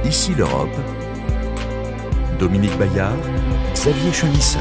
Ici l'Europe, Dominique Bayard, Xavier Chenisseur.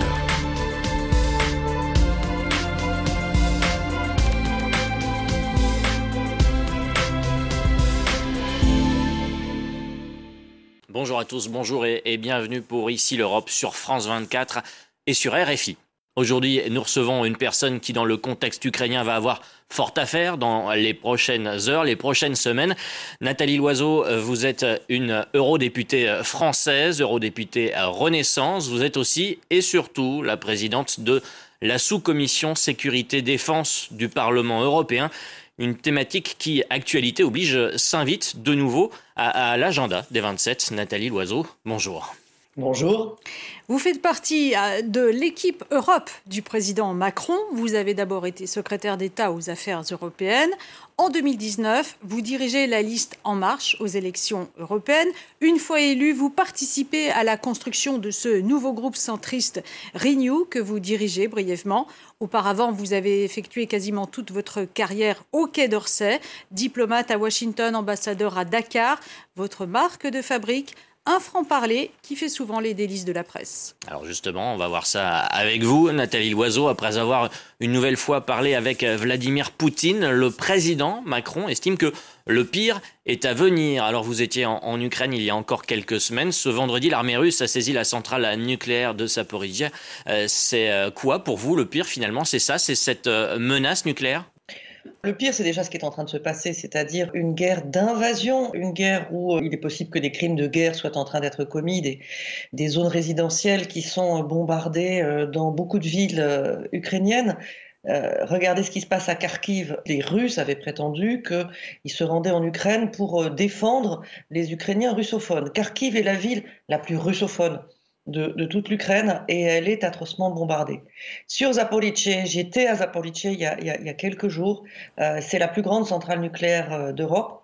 Bonjour à tous, bonjour et bienvenue pour Ici l'Europe sur France 24 et sur RFI. Aujourd'hui, nous recevons une personne qui, dans le contexte ukrainien, va avoir fort à faire dans les prochaines heures, les prochaines semaines. Nathalie Loiseau, vous êtes une eurodéputée française, eurodéputée Renaissance. Vous êtes aussi et surtout la présidente de la sous-commission sécurité-défense du Parlement européen. Une thématique qui, actualité oblige, s'invite de nouveau à l'agenda des 27. Nathalie Loiseau, bonjour. Bonjour. Vous faites partie de l'équipe Europe du président Macron. Vous avez d'abord été secrétaire d'État aux affaires européennes. En 2019, vous dirigez la liste En Marche aux élections européennes. Une fois élu, vous participez à la construction de ce nouveau groupe centriste Renew que vous dirigez brièvement. Auparavant, vous avez effectué quasiment toute votre carrière au Quai d'Orsay, diplomate à Washington, ambassadeur à Dakar. Votre marque de fabrique, un franc-parler qui fait souvent les délices de la presse. Alors justement, on va voir ça avec vous, Nathalie Loiseau. Après avoir une nouvelle fois parlé avec Vladimir Poutine, le président Macron estime que le pire est à venir. Alors vous étiez en Ukraine il y a encore quelques semaines. Ce vendredi, l'armée russe a saisi la centrale nucléaire de Zaporijia. C'est quoi pour vous le pire finalement ? C'est ça, c'est cette menace nucléaire ? Le pire, c'est déjà ce qui est en train de se passer, c'est-à-dire une guerre d'invasion, une guerre où il est possible que des crimes de guerre soient en train d'être commis, des zones résidentielles qui sont bombardées dans beaucoup de villes ukrainiennes. Regardez ce qui se passe à Kharkiv. Les Russes avaient prétendu qu'ils se rendaient en Ukraine pour défendre les Ukrainiens russophones. Kharkiv est la ville la plus russophone de toute l'Ukraine et elle est atrocement bombardée. Sur Zaporijia, j'étais à Zaporijia il y a quelques jours, c'est la plus grande centrale nucléaire d'Europe.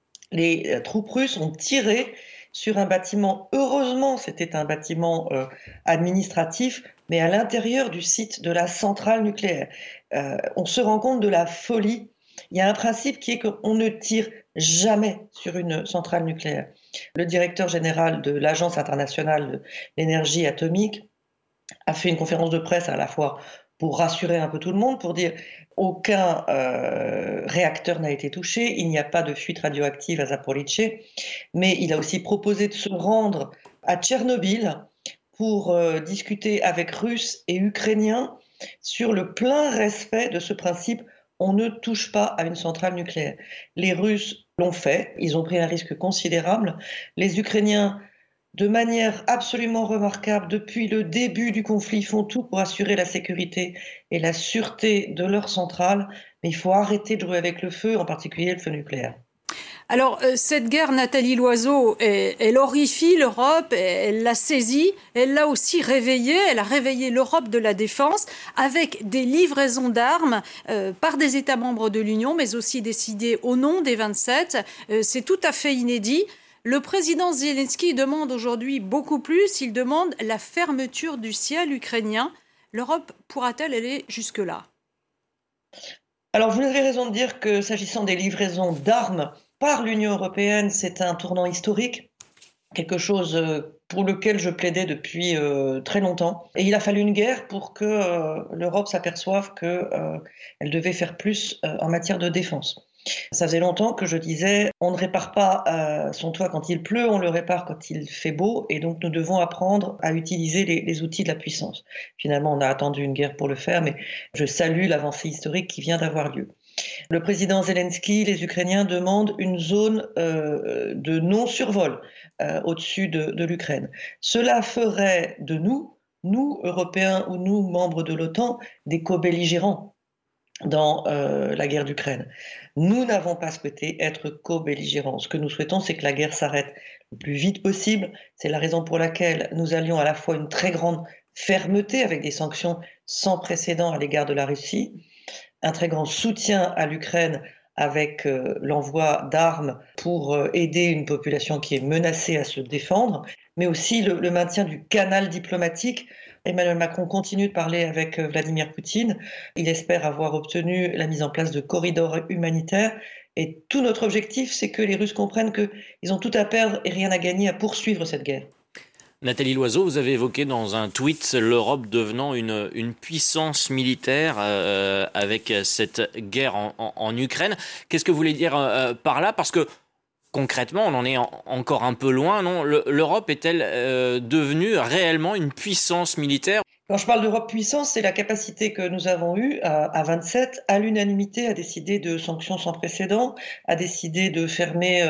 Les troupes russes ont tiré sur un bâtiment, heureusement c'était un bâtiment administratif, mais à l'intérieur du site de la centrale nucléaire. On se rend compte de la folie. Il y a un principe qui est qu'on ne tire jamais sur une centrale nucléaire. Le directeur général de l'Agence internationale de l'énergie atomique a fait une conférence de presse à la fois pour rassurer un peu tout le monde, pour dire aucun réacteur n'a été touché, il n'y a pas de fuite radioactive à Zaporijia, mais il a aussi proposé de se rendre à Tchernobyl pour discuter avec Russes et Ukrainiens sur le plein respect de ce principe. On ne touche pas à une centrale nucléaire. Les Russes l'ont fait, ils ont pris un risque considérable. Les Ukrainiens, de manière absolument remarquable, depuis le début du conflit, font tout pour assurer la sécurité et la sûreté de leur centrale. Mais il faut arrêter de jouer avec le feu, en particulier le feu nucléaire. Alors, cette guerre, Nathalie Loiseau, elle horrifie l'Europe, elle l'a saisie, elle l'a aussi réveillée, elle a réveillé l'Europe de la défense avec des livraisons d'armes par des États membres de l'Union, mais aussi décidées au nom des 27. C'est tout à fait inédit. Le président Zelensky demande aujourd'hui beaucoup plus, il demande la fermeture du ciel ukrainien. L'Europe pourra-t-elle aller jusque-là ? Alors, vous avez raison de dire que s'agissant des livraisons d'armes par l'Union européenne, c'est un tournant historique, quelque chose pour lequel je plaidais depuis très longtemps. Et il a fallu une guerre pour que l'Europe s'aperçoive qu'elle devait faire plus en matière de défense. Ça faisait longtemps que je disais, on ne répare pas son toit quand il pleut, on le répare quand il fait beau, et donc nous devons apprendre à utiliser les outils de la puissance. Finalement, on a attendu une guerre pour le faire, mais je salue l'avancée historique qui vient d'avoir lieu. Le président Zelensky, les Ukrainiens demandent une zone de non-survol au-dessus de l'Ukraine. Cela ferait de nous Européens ou nous, membres de l'OTAN, des co-belligérants dans la guerre d'Ukraine. Nous n'avons pas souhaité être co-belligérants. Ce que nous souhaitons, c'est que la guerre s'arrête le plus vite possible. C'est la raison pour laquelle nous allions à la fois une très grande fermeté avec des sanctions sans précédent à l'égard de la Russie, un très grand soutien à l'Ukraine avec l'envoi d'armes pour aider une population qui est menacée à se défendre, mais aussi le maintien du canal diplomatique. Emmanuel Macron continue de parler avec Vladimir Poutine. Il espère avoir obtenu la mise en place de corridors humanitaires Et tout notre objectif, c'est que les Russes comprennent qu'ils ont tout à perdre et rien à gagner à poursuivre cette guerre. Nathalie Loiseau, vous avez évoqué dans un tweet l'Europe devenant une puissance militaire avec cette guerre en Ukraine. Qu'est-ce que vous voulez dire par là? Parce que concrètement, on en est encore un peu loin, non? L'Europe est-elle devenue réellement une puissance militaire? Quand je parle d'Europe puissance, c'est la capacité que nous avons eue à 27, à l'unanimité, à décider de sanctions sans précédent, à décider de fermer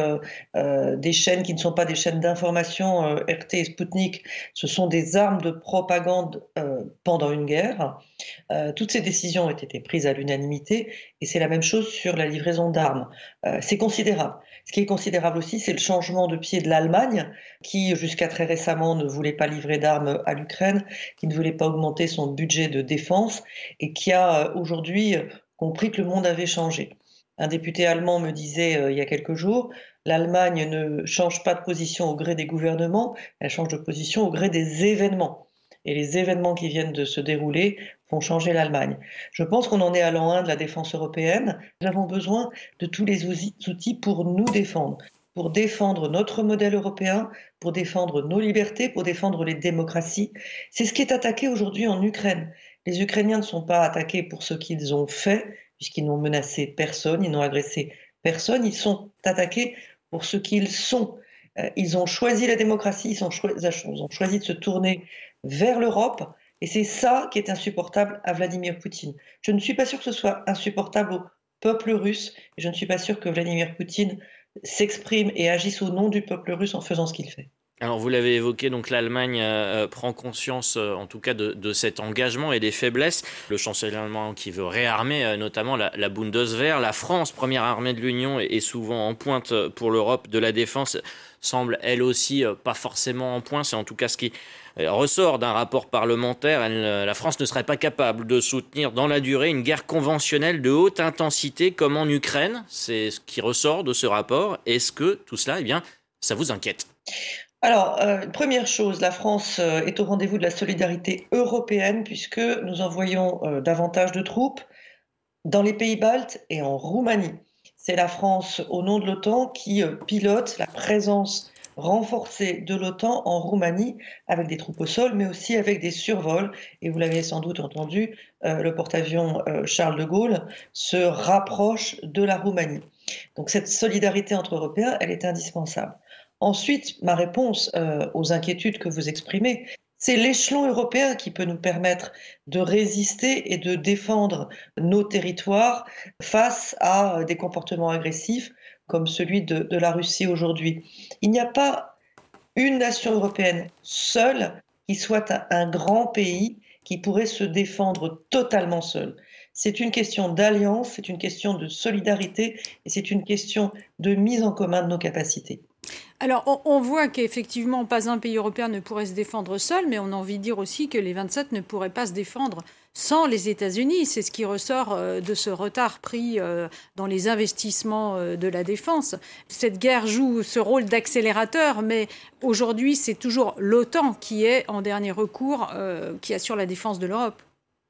des chaînes qui ne sont pas des chaînes d'information, RT et Sputnik, ce sont des armes de propagande pendant une guerre. Toutes ces décisions ont été prises à l'unanimité et c'est la même chose sur la livraison d'armes. C'est considérable. Ce qui est considérable aussi, c'est le changement de pied de l'Allemagne, qui jusqu'à très récemment ne voulait pas livrer d'armes à l'Ukraine, qui ne voulait pas augmenter son budget de défense et qui a aujourd'hui compris que le monde avait changé. Un député allemand me disait il y a quelques jours, l'Allemagne ne change pas de position au gré des gouvernements, elle change de position au gré des événements. Et les événements qui viennent de se dérouler font changer l'Allemagne. Je pense qu'on en est à l'an 1 de la défense européenne. Nous avons besoin de tous les outils pour nous défendre, pour défendre notre modèle européen, pour défendre nos libertés, pour défendre les démocraties. C'est ce qui est attaqué aujourd'hui en Ukraine. Les Ukrainiens ne sont pas attaqués pour ce qu'ils ont fait, puisqu'ils n'ont menacé personne, ils n'ont agressé personne, ils sont attaqués pour ce qu'ils sont. Ils ont choisi la démocratie, ils ont choisi de se tourner vers l'Europe, et c'est ça qui est insupportable à Vladimir Poutine. Je ne suis pas sûr que ce soit insupportable au peuple russe, et je ne suis pas sûr que Vladimir Poutine s'exprime et agisse au nom du peuple russe en faisant ce qu'il fait. Alors vous l'avez évoqué, donc l'Allemagne prend conscience en tout cas de cet engagement et des faiblesses. Le chancelier allemand qui veut réarmer notamment la Bundeswehr. La France, première armée de l'Union, est souvent en pointe pour l'Europe de la défense, semble elle aussi pas forcément en point. C'est en tout cas ce qui ressort d'un rapport parlementaire. La France ne serait pas capable de soutenir dans la durée une guerre conventionnelle de haute intensité comme en Ukraine. C'est ce qui ressort de ce rapport. Est-ce que tout cela, ça vous inquiète ? Alors, première chose, la France est au rendez-vous de la solidarité européenne puisque nous envoyons davantage de troupes dans les pays baltes et en Roumanie. C'est la France, au nom de l'OTAN, qui pilote la présence renforcée de l'OTAN en Roumanie avec des troupes au sol, mais aussi avec des survols. Et vous l'avez sans doute entendu, le porte-avions Charles de Gaulle se rapproche de la Roumanie. Donc cette solidarité entre Européens, elle est indispensable. Ensuite, ma réponse aux inquiétudes que vous exprimez, c'est l'échelon européen qui peut nous permettre de résister et de défendre nos territoires face à des comportements agressifs comme celui de la Russie aujourd'hui. Il n'y a pas une nation européenne seule qui soit un grand pays qui pourrait se défendre totalement seul. C'est une question d'alliance, c'est une question de solidarité et c'est une question de mise en commun de nos capacités. Alors, on voit qu'effectivement, pas un pays européen ne pourrait se défendre seul, mais on a envie de dire aussi que les 27 ne pourraient pas se défendre sans les États-Unis. C'est ce qui ressort de ce retard pris dans les investissements de la défense. Cette guerre joue ce rôle d'accélérateur, mais aujourd'hui, c'est toujours l'OTAN qui est, en dernier recours, qui assure la défense de l'Europe.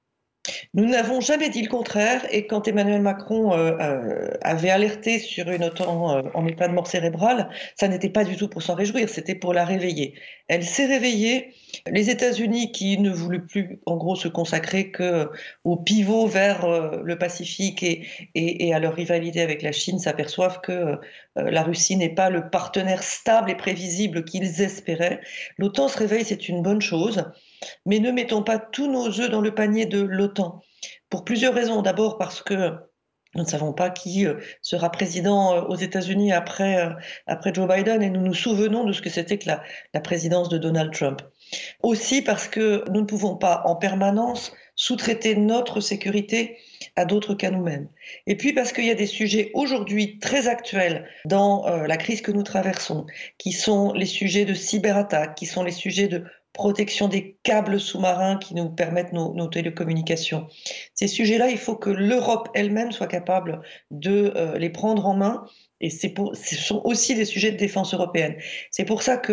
Nous n'avons jamais dit le contraire et quand Emmanuel Macron avait alerté sur une OTAN en état de mort cérébrale, ça n'était pas du tout pour s'en réjouir, c'était pour la réveiller. Elle s'est réveillée. Les États-Unis qui ne voulaient plus en gros se consacrer qu'au pivot vers le Pacifique et à leur rivalité avec la Chine s'aperçoivent que la Russie n'est pas le partenaire stable et prévisible qu'ils espéraient. L'OTAN se réveille, c'est une bonne chose. Mais ne mettons pas tous nos œufs dans le panier de l'OTAN, pour plusieurs raisons. D'abord parce que nous ne savons pas qui sera président aux États-Unis après Joe Biden et nous nous souvenons de ce que c'était que la présidence de Donald Trump. Aussi parce que nous ne pouvons pas en permanence sous-traiter notre sécurité à d'autres qu'à nous-mêmes. Et puis parce qu'il y a des sujets aujourd'hui très actuels dans la crise que nous traversons, qui sont les sujets de cyberattaque, qui sont les sujets de protection des câbles sous-marins qui nous permettent nos télécommunications. Ces sujets-là, il faut que l'Europe elle-même soit capable de les prendre en main et ce sont aussi des sujets de défense européenne. C'est pour ça que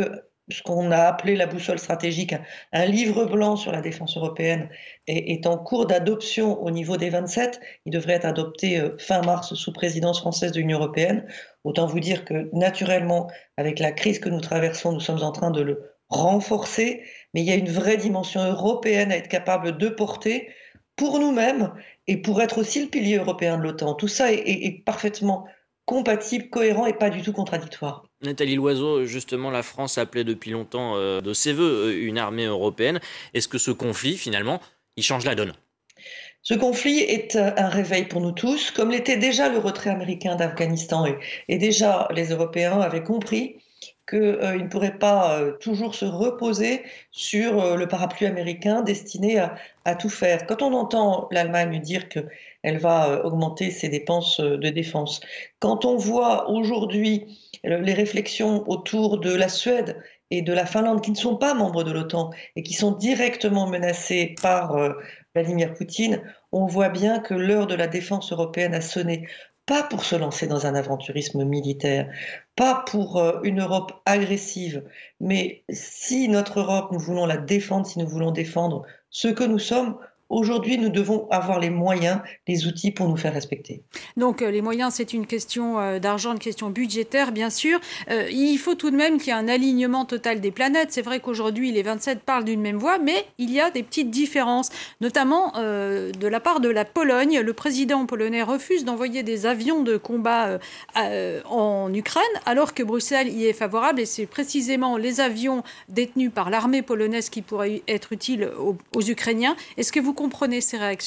ce qu'on a appelé la boussole stratégique, un livre blanc sur la défense européenne est en cours d'adoption au niveau des 27. Il devrait être adopté fin mars sous présidence française de l'Union européenne. Autant vous dire que naturellement, avec la crise que nous traversons, nous sommes en train de le renforcer, mais il y a une vraie dimension européenne à être capable de porter pour nous-mêmes et pour être aussi le pilier européen de l'OTAN. Tout ça est parfaitement compatible, cohérent et pas du tout contradictoire. Nathalie Loiseau, justement, la France appelait depuis longtemps de ses voeux une armée européenne. Est-ce que ce conflit, finalement, il change la donne ? Ce conflit est un réveil pour nous tous, comme l'était déjà le retrait américain d'Afghanistan. Et déjà, les Européens avaient compris qu'ils ne pourraient pas toujours se reposer sur le parapluie américain destiné à tout faire. Quand on entend l'Allemagne dire qu'elle va augmenter ses dépenses de défense, quand on voit aujourd'hui les réflexions autour de la Suède et de la Finlande, qui ne sont pas membres de l'OTAN et qui sont directement menacés par Vladimir Poutine, on voit bien que l'heure de la défense européenne a sonné. Pas pour se lancer dans un aventurisme militaire, pas pour une Europe agressive, mais si notre Europe, nous voulons la défendre, si nous voulons défendre ce que nous sommes, aujourd'hui, nous devons avoir les moyens, les outils pour nous faire respecter. Donc les moyens, c'est une question d'argent, une question budgétaire, bien sûr. Il faut tout de même qu'il y ait un alignement total des planètes. C'est vrai qu'aujourd'hui, les 27 parlent d'une même voix, mais il y a des petites différences, notamment de la part de la Pologne. Le président polonais refuse d'envoyer des avions de combat en Ukraine, alors que Bruxelles y est favorable. Et c'est précisément les avions détenus par l'armée polonaise qui pourraient être utiles aux Ukrainiens. Est-ce que vous comprenez ces réactions ?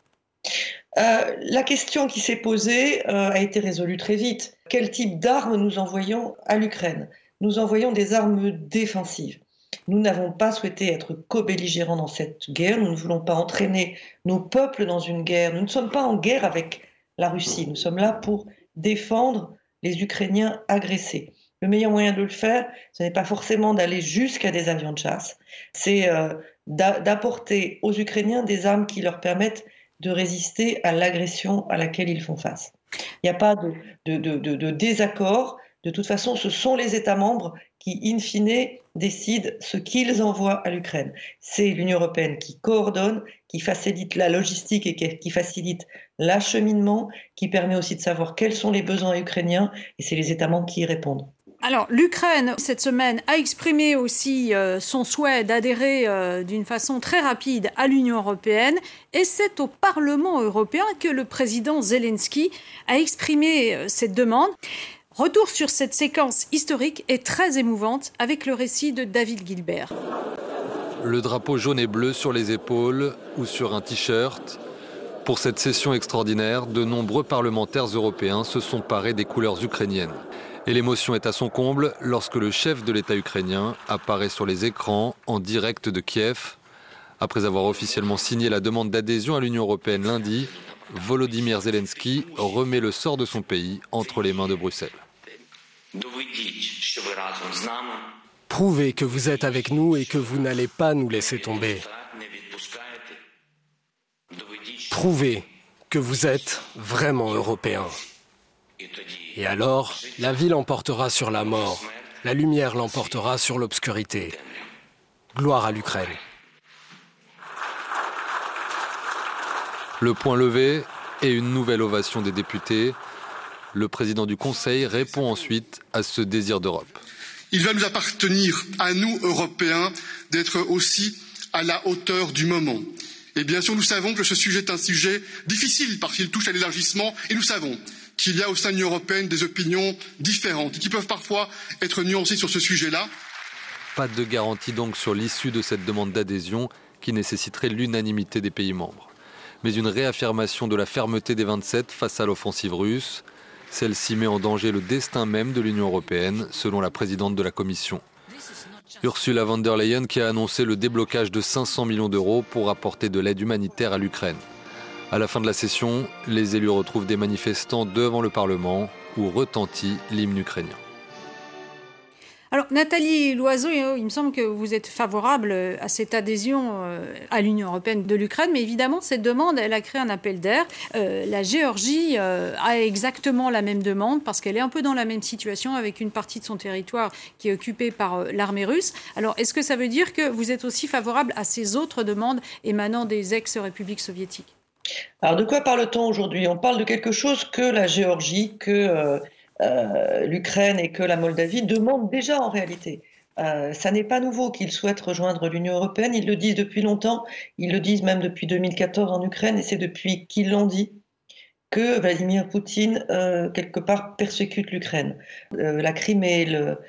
La question qui s'est posée a été résolue très vite. Quel type d'armes nous envoyons à l'Ukraine ? Nous envoyons des armes défensives. Nous n'avons pas souhaité être co-belligérants dans cette guerre. Nous ne voulons pas entraîner nos peuples dans une guerre. Nous ne sommes pas en guerre avec la Russie. Nous sommes là pour défendre les Ukrainiens agressés. Le meilleur moyen de le faire, ce n'est pas forcément d'aller jusqu'à des avions de chasse. C'est d'apporter aux Ukrainiens des armes qui leur permettent de résister à l'agression à laquelle ils font face. Il n'y a pas de désaccord. De toute façon, ce sont les États membres qui, in fine, décident ce qu'ils envoient à l'Ukraine. C'est l'Union européenne qui coordonne, qui facilite la logistique et qui facilite l'acheminement, qui permet aussi de savoir quels sont les besoins ukrainiens, et c'est les États membres qui y répondent. Alors, l'Ukraine, cette semaine, a exprimé aussi son souhait d'adhérer d'une façon très rapide à l'Union européenne. Et c'est au Parlement européen que le président Zelensky a exprimé cette demande. Retour sur cette séquence historique et très émouvante avec le récit de David Gilbert. Le drapeau jaune et bleu sur les épaules ou sur un t-shirt. Pour cette session extraordinaire, de nombreux parlementaires européens se sont parés des couleurs ukrainiennes. Et l'émotion est à son comble lorsque le chef de l'État ukrainien apparaît sur les écrans en direct de Kiev. Après avoir officiellement signé la demande d'adhésion à l'Union européenne lundi, Volodymyr Zelensky remet le sort de son pays entre les mains de Bruxelles. Prouvez que vous êtes avec nous et que vous n'allez pas nous laisser tomber. Prouvez que vous êtes vraiment européens. Et alors, la vie l'emportera sur la mort, la lumière l'emportera sur l'obscurité. Gloire à l'Ukraine. Le poing levé et une nouvelle ovation des députés. Le président du Conseil répond ensuite à ce désir d'Europe. Il va nous appartenir, à nous, Européens, d'être aussi à la hauteur du moment. Et bien sûr, nous savons que ce sujet est un sujet difficile parce qu'il touche à l'élargissement et nous savons qu'il y a au sein de l'Union européenne des opinions différentes qui peuvent parfois être nuancées sur ce sujet-là. Pas de garantie donc sur l'issue de cette demande d'adhésion qui nécessiterait l'unanimité des pays membres. Mais une réaffirmation de la fermeté des 27 face à l'offensive russe. Celle-ci met en danger le destin même de l'Union européenne, selon la présidente de la Commission. Ursula von der Leyen qui a annoncé le déblocage de 500 millions d'euros pour apporter de l'aide humanitaire à l'Ukraine. À la fin de la session, les élus retrouvent des manifestants devant le Parlement où retentit l'hymne ukrainien. Alors, Nathalie Loiseau, il me semble que vous êtes favorable à cette adhésion à l'Union européenne de l'Ukraine, mais évidemment, cette demande, elle a créé un appel d'air. La Géorgie a exactement la même demande parce qu'elle est un peu dans la même situation avec une partie de son territoire qui est occupée par l'armée russe. Alors, est-ce que ça veut dire que vous êtes aussi favorable à ces autres demandes émanant des ex-républiques soviétiques ? Alors, de quoi parle-t-on aujourd'hui ? On parle de quelque chose que la Géorgie, que l'Ukraine et que la Moldavie demandent déjà en réalité. Ça n'est pas nouveau qu'ils souhaitent rejoindre l'Union européenne, ils le disent depuis longtemps, ils le disent même depuis 2014 en Ukraine, et c'est depuis qu'ils l'ont dit que Vladimir Poutine, quelque part, persécute l'Ukraine. La Crimée,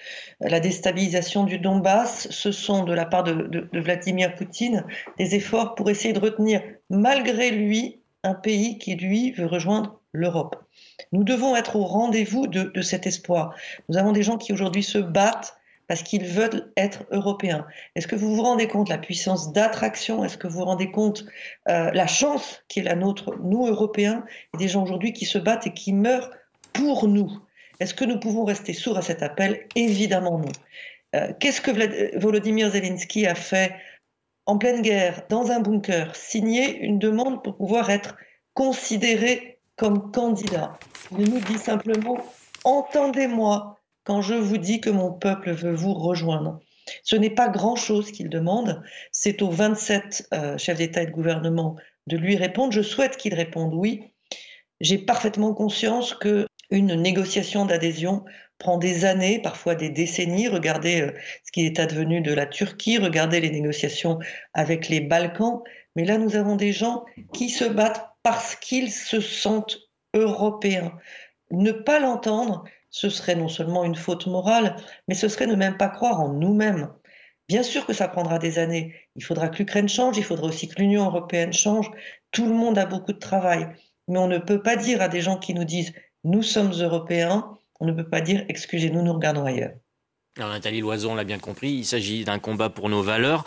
la déstabilisation du Donbass, ce sont de la part de Vladimir Poutine des efforts pour essayer de retenir, malgré lui, un pays qui, lui, veut rejoindre l'Europe. Nous devons être au rendez-vous de cet espoir. Nous avons des gens qui aujourd'hui se battent parce qu'ils veulent être européens. Est-ce que vous vous rendez compte la puissance d'attraction ? Est-ce que vous vous rendez compte la chance qui est la nôtre, nous Européens, et des gens aujourd'hui qui se battent et qui meurent pour nous ? Est-ce que nous pouvons rester sourds à cet appel ? Évidemment non. Qu'est-ce que Volodymyr Zelensky a fait en pleine guerre, dans un bunker, signer une demande pour pouvoir être considéré comme candidat ? Il nous dit simplement « Entendez-moi quand je vous dis que mon peuple veut vous rejoindre ». Ce n'est pas grand-chose qu'il demande, c'est aux 27 chefs d'État et de gouvernement de lui répondre. Je souhaite qu'il réponde oui. J'ai parfaitement conscience qu'une négociation d'adhésion prend des années, parfois des décennies. Regardez ce qui est advenu de la Turquie, regardez les négociations avec les Balkans. Mais là, nous avons des gens qui se battent parce qu'ils se sentent européens. Ne pas l'entendre, ce serait non seulement une faute morale, mais ce serait ne même pas croire en nous-mêmes. Bien sûr que ça prendra des années. Il faudra que l'Ukraine change, il faudra aussi que l'Union européenne change. Tout le monde a beaucoup de travail. Mais on ne peut pas dire à des gens qui nous disent « nous sommes européens », on ne peut pas dire « excusez-nous, nous regardons ailleurs ». Alors Nathalie Loiseau, on l'a bien compris, il s'agit d'un combat pour nos valeurs.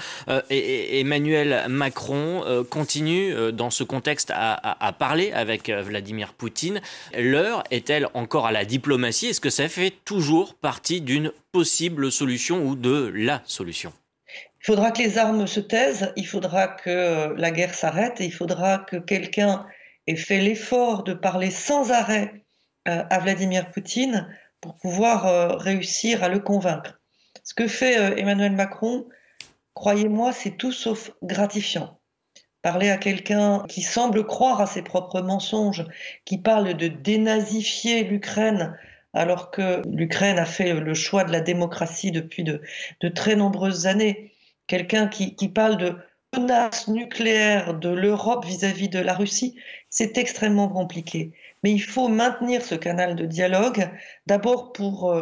Et Emmanuel Macron continue dans ce contexte à parler avec Vladimir Poutine. L'heure est-elle encore à la diplomatie ? Est-ce que ça fait toujours partie d'une possible solution ou de la solution ? Il faudra que les armes se taisent, il faudra que la guerre s'arrête et il faudra que quelqu'un ait fait l'effort de parler sans arrêt à Vladimir Poutine pour pouvoir réussir à le convaincre. Ce que fait Emmanuel Macron, croyez-moi, c'est tout sauf gratifiant. Parler à quelqu'un qui semble croire à ses propres mensonges, qui parle de dénazifier l'Ukraine, alors que l'Ukraine a fait le choix de la démocratie depuis de très nombreuses années. Quelqu'un qui parle de menace nucléaire de l'Europe vis-à-vis de la Russie, c'est extrêmement compliqué. Mais il faut maintenir ce canal de dialogue, d'abord pour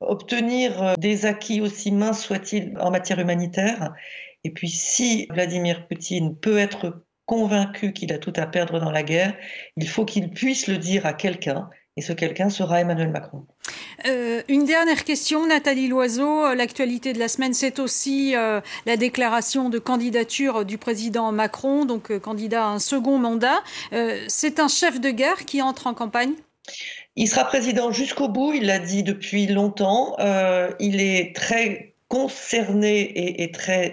obtenir des acquis aussi minces soient-ils en matière humanitaire. Et puis si Vladimir Poutine peut être convaincu qu'il a tout à perdre dans la guerre, il faut qu'il puisse le dire à quelqu'un. Et ce quelqu'un sera Emmanuel Macron. Une dernière question, Nathalie Loiseau. L'actualité de la semaine, c'est aussi la déclaration de candidature du président Macron, donc candidat à un second mandat. C'est un chef de guerre qui entre en campagne ? Il sera président jusqu'au bout, il l'a dit depuis longtemps. Il est très concerné et très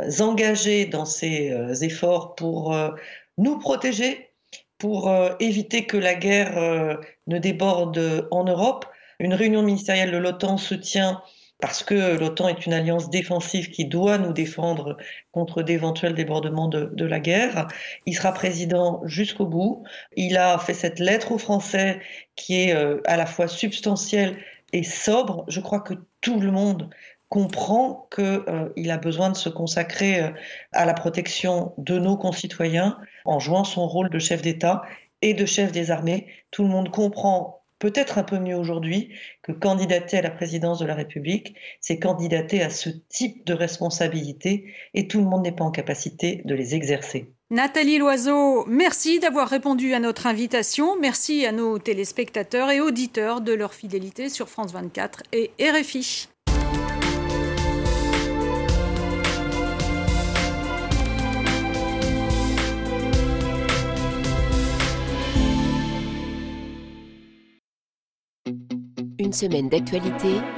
engagé dans ses efforts pour nous protéger, pour éviter que la guerre ne déborde en Europe. Une réunion ministérielle de l'OTAN se tient parce que l'OTAN est une alliance défensive qui doit nous défendre contre d'éventuels débordements de la guerre. Il sera président jusqu'au bout. Il a fait cette lettre aux Français qui est à la fois substantielle et sobre. Je crois que tout le monde comprend qu'il a besoin de se consacrer à la protection de nos concitoyens en jouant son rôle de chef d'État et de chef des armées. Tout le monde comprend peut-être un peu mieux aujourd'hui que candidater à la présidence de la République, c'est candidater à ce type de responsabilité et tout le monde n'est pas en capacité de les exercer. Nathalie Loiseau, merci d'avoir répondu à notre invitation. Merci à nos téléspectateurs et auditeurs de leur fidélité sur France 24 et RFI. Une semaine d'actualité